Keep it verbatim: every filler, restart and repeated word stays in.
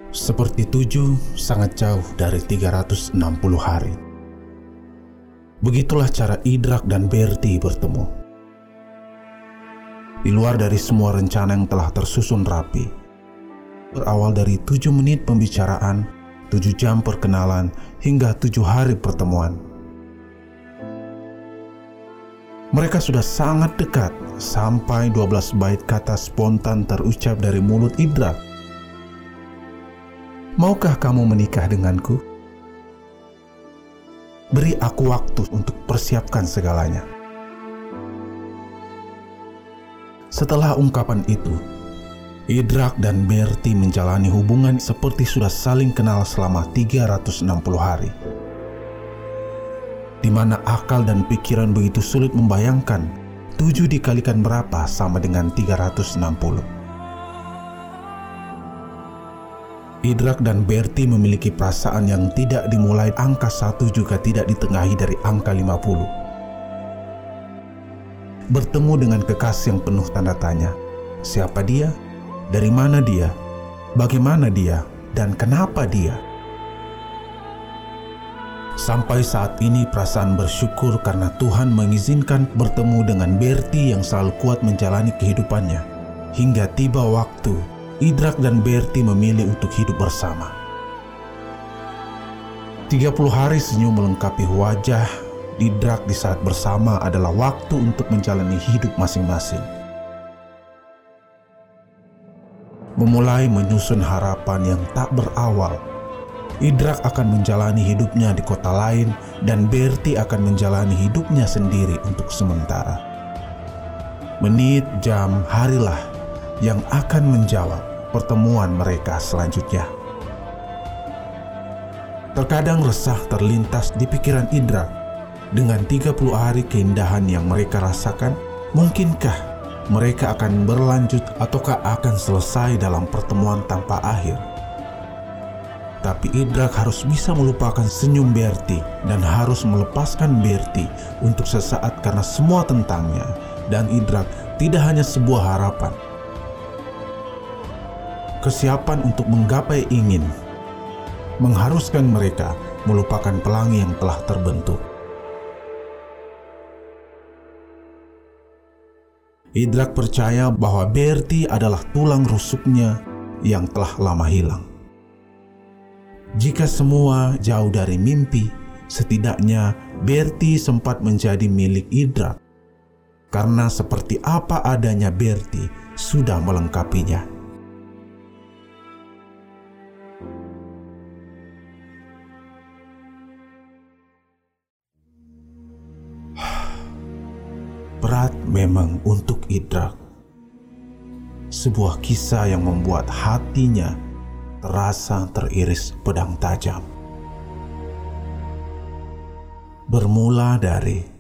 Seperti tujuh sangat jauh dari tiga ratus enam puluh hari. Begitulah cara Idrak dan Berti bertemu. Di luar dari semua rencana yang telah tersusun rapi, berawal dari tujuh menit pembicaraan, tujuh jam perkenalan, hingga tujuh hari pertemuan. Mereka sudah sangat dekat sampai dua belas bait kata spontan terucap dari mulut Idrak. Maukah kamu menikah denganku? Beri aku waktu untuk persiapkan segalanya. Setelah ungkapan itu, Idrak dan Berti menjalani hubungan seperti sudah saling kenal selama tiga ratus enam puluh hari. Di mana akal dan pikiran begitu sulit membayangkan tujuh dikalikan berapa sama dengan tiga ratus enam puluh. Idrak dan Berti memiliki perasaan yang tidak dimulai angka satu juga tidak ditengahi dari angka lima puluh. Bertemu dengan kekasih yang penuh tanda tanya. Siapa dia? Dari mana dia? Bagaimana dia? Dan kenapa dia? Sampai saat ini perasaan bersyukur karena Tuhan mengizinkan bertemu dengan Berti yang selalu kuat menjalani kehidupannya. Hingga tiba waktu Idrak dan Berti memilih untuk hidup bersama. tiga puluh hari senyum melengkapi wajah Idrak di saat bersama adalah waktu untuk menjalani hidup masing-masing. Memulai menyusun harapan yang tak berawal. Idrak akan menjalani hidupnya di kota lain dan Berti akan menjalani hidupnya sendiri untuk sementara. Menit, jam, harilah yang akan menjawab pertemuan mereka selanjutnya. Terkadang resah terlintas di pikiran Idrak. Dengan tiga puluh hari keindahan yang mereka rasakan, mungkinkah mereka akan berlanjut ataukah akan selesai dalam pertemuan tanpa akhir? Tapi Idrak harus bisa melupakan senyum Berti dan harus melepaskan Berti untuk sesaat karena semua tentangnya dan Idrak tidak hanya sebuah harapan. Kesiapan untuk menggapai ingin mengharuskan mereka melupakan pelangi yang telah terbentuk. Idrak percaya bahwa Berti adalah tulang rusuknya yang telah lama hilang. Jika semua jauh dari mimpi, setidaknya Berti sempat menjadi milik Idrak. Karena seperti apa adanya Berti sudah melengkapinya. Berat memang untuk Idrak. Sebuah kisah yang membuat hatinya terasa teriris pedang tajam. Bermula dari